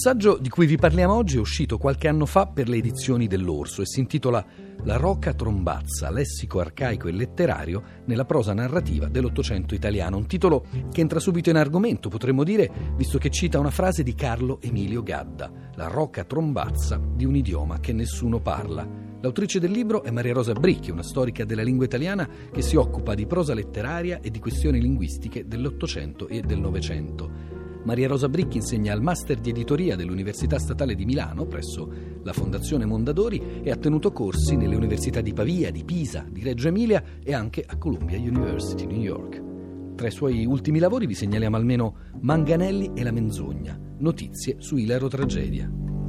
saggio di cui vi parliamo oggi è uscito qualche anno fa per le edizioni dell'Orso e si intitola La Rocca Trombazza, lessico arcaico e letterario nella prosa narrativa dell'Ottocento italiano. Un titolo che entra subito in argomento, potremmo dire, visto che cita una frase di Carlo Emilio Gadda, la rocca trombazza di un idioma che nessuno parla. L'autrice del libro è Maria Rosa Bricchi, una storica della lingua italiana che si occupa di prosa letteraria e di questioni linguistiche dell'Ottocento e del Novecento. Maria Rosa Bricchi insegna al Master di Editoria dell'Università Statale di Milano presso la Fondazione Mondadori e ha tenuto corsi nelle università di Pavia, di Pisa, di Reggio Emilia e anche a Columbia University, New York. Tra i suoi ultimi lavori vi segnaliamo almeno Manganelli e la menzogna, notizie su Ilaro Tragedia.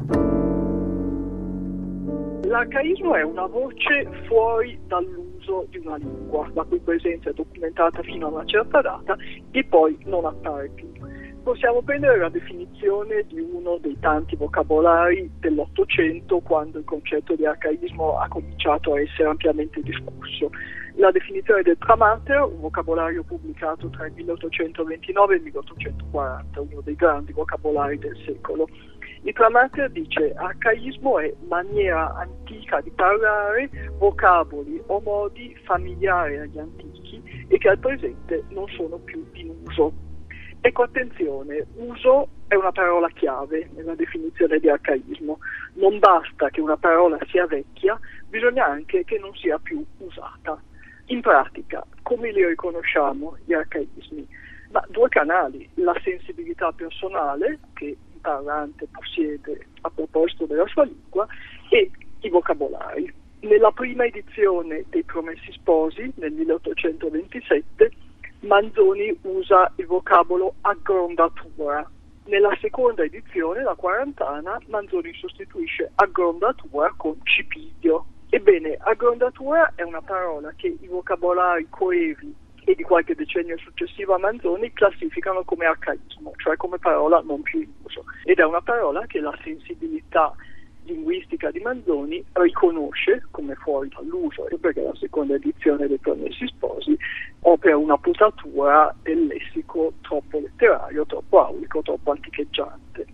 L'arcaismo è una voce fuori dall'uso di una lingua, la cui presenza è documentata fino a una certa data e poi non appare più. Possiamo prendere la definizione di uno dei tanti vocabolari dell'Ottocento, quando il concetto di arcaismo ha cominciato a essere ampiamente discusso. La definizione del Tramater, un vocabolario pubblicato tra il 1829 e il 1840, uno dei grandi vocabolari del secolo. Il Tramater dice: arcaismo è maniera antica di parlare, vocaboli o modi familiari agli antichi e che al presente non sono più in uso. Ecco, attenzione, uso è una parola chiave nella definizione di arcaismo. Non basta che una parola sia vecchia, bisogna anche che non sia più usata. In pratica, come li riconosciamo gli arcaismi? Due canali: la sensibilità personale, che il parlante possiede a proposito della sua lingua, e i vocabolari. Nella prima edizione dei Promessi Sposi, nel 1827, Manzoni usa il vocabolo aggrondatura. Nella seconda edizione, la quarantana, Manzoni sostituisce aggrondatura con cipidio. Ebbene, aggrondatura è una parola che i vocabolari coevi e di qualche decennio successivo a Manzoni classificano come arcaismo, cioè come parola non più in uso. Ed è una parola che la sensibilità linguistica di Manzoni riconosce come fuori dall'uso, perché la seconda edizione dei Promessi Sposi opera una potatura del lessico troppo letterario, troppo aulico, troppo anticheggiante.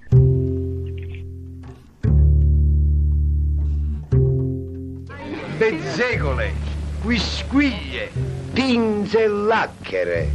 Bezzecole, quisquiglie, pinze e lacchere.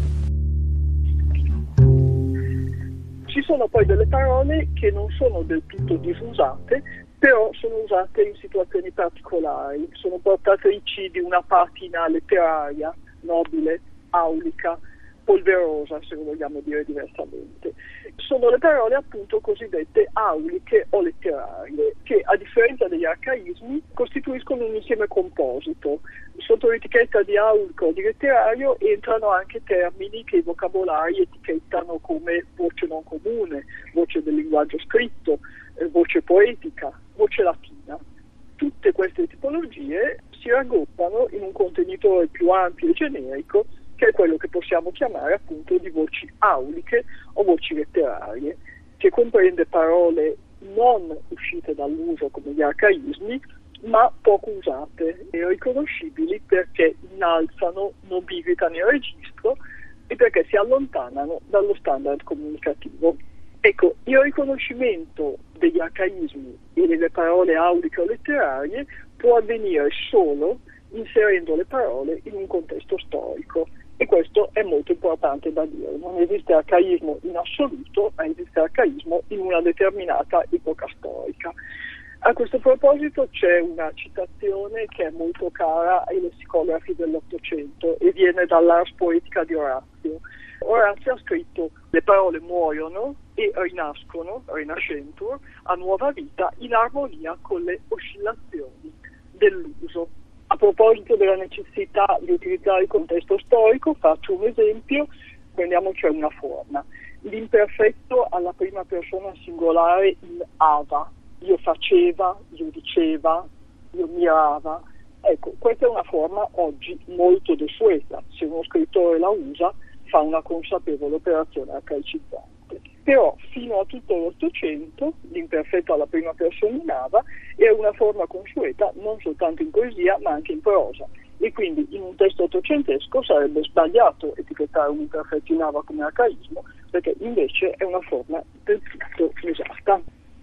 Ci sono poi delle parole che non sono del tutto diffusate, però sono usate in situazioni particolari, sono portatrici di una patina letteraria, nobile, aulica, polverosa, se lo vogliamo dire diversamente. Sono le parole appunto cosiddette auliche o letterarie, che a differenza degli arcaismi costituiscono un insieme composito. Sotto l'etichetta di aulico o di letterario entrano anche termini che i vocabolari etichettano come voce non comune, voce del linguaggio scritto, voce poetica, voce latina. Tutte queste tipologie si raggruppano in un contenitore più ampio e generico, che è quello che possiamo chiamare appunto di voci auliche o voci letterarie, che comprende parole non uscite dall'uso come gli arcaismi, ma poco usate e riconoscibili perché innalzano, nobilitano il registro e perché si allontanano dallo standard comunicativo. Ecco, il riconoscimento degli arcaismi e delle parole auliche o letterarie può avvenire solo inserendo le parole in un contesto storico. E questo è molto importante da dire. Non esiste arcaismo in assoluto, ma esiste arcaismo in una determinata epoca storica. A questo proposito c'è una citazione che è molto cara ai lessicografi dell'Ottocento e viene dall'Ars Poetica di Orazio. Orazio ha scritto: le parole muoiono e rinascono, rinascentur, a nuova vita in armonia con le oscillazioni dell'uso. A proposito della necessità di utilizzare il contesto storico, faccio un esempio, prendiamo cioè una forma. L'imperfetto alla prima persona singolare in ava, io faceva, io diceva, io mirava. Ecco, questa è una forma oggi molto desueta. Se uno scrittore la usa, fa una consapevole operazione arcaicizzante. Però fino a tutto l'Ottocento l'imperfetto alla prima persona in ava è una forma consueta non soltanto in poesia ma anche in prosa, e quindi in un testo ottocentesco sarebbe sbagliato etichettare un imperfetto in ava come arcaismo, perché invece è una forma del tutto usata.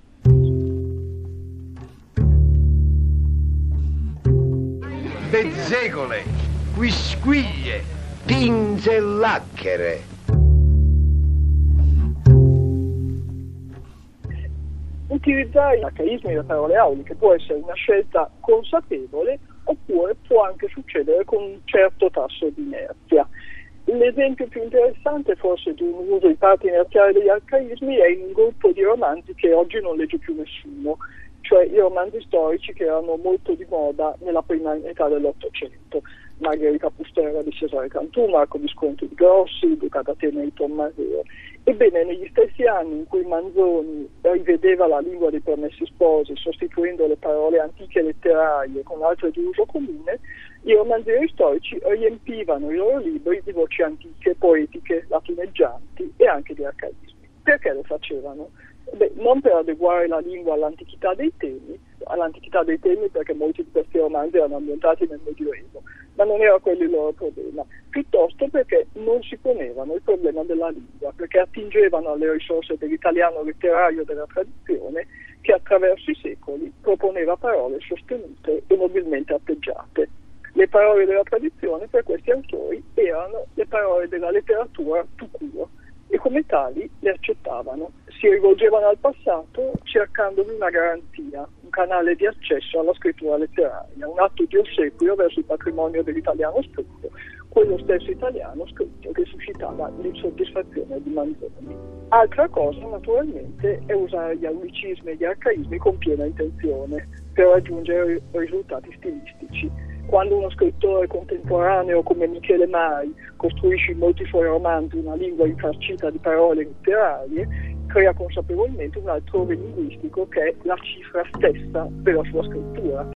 bezzecole, quisquiglie, pinze e lacchere. Utilizzare gli arcaismi e le parole auliche può essere una scelta consapevole oppure può anche succedere con un certo tasso di inerzia. L'esempio più interessante forse di un uso in parte inerziale degli arcaismi è in un gruppo di romanzi che oggi non legge più nessuno, cioè i romanzi storici che erano molto di moda nella prima metà dell'Ottocento. Margherita Pustera di Cesare Cantù, Marco Visconti di Grossi, Duca d'Atene di Tommaseo. Ebbene, negli stessi anni in cui Manzoni rivedeva la lingua dei Promessi Sposi, sostituendo le parole antiche letterarie con altre di uso comune, i romanzieri storici riempivano i loro libri di voci antiche, poetiche, latineggianti e anche di arcaismi. Perché lo facevano? Non per adeguare la lingua all'antichità dei temi perché molti di questi romanzi erano ambientati nel Medioevo, ma non era quello il loro problema, piuttosto perché non si ponevano il problema della lingua, perché attingevano alle risorse dell'italiano letterario della tradizione che attraverso i secoli proponeva parole sostenute e nobilmente atteggiate. Le parole della tradizione per questi autori erano le parole della letteratura tout court, e come tali le accettavano. Si rivolgevano al passato cercandovi una garanzia, un canale di accesso alla scrittura letteraria, un atto di ossequio verso il patrimonio dell'italiano scritto, quello stesso italiano scritto che suscitava l'insoddisfazione di Manzoni. Altra cosa, naturalmente, è usare gli anglicismi e gli arcaismi con piena intenzione per raggiungere risultati stilistici. Quando uno scrittore contemporaneo come Michele Mai costruisce in molti suoi romanzi una lingua infarcita di parole letterarie, crea consapevolmente un altrove linguistico che è la cifra stessa della sua scrittura.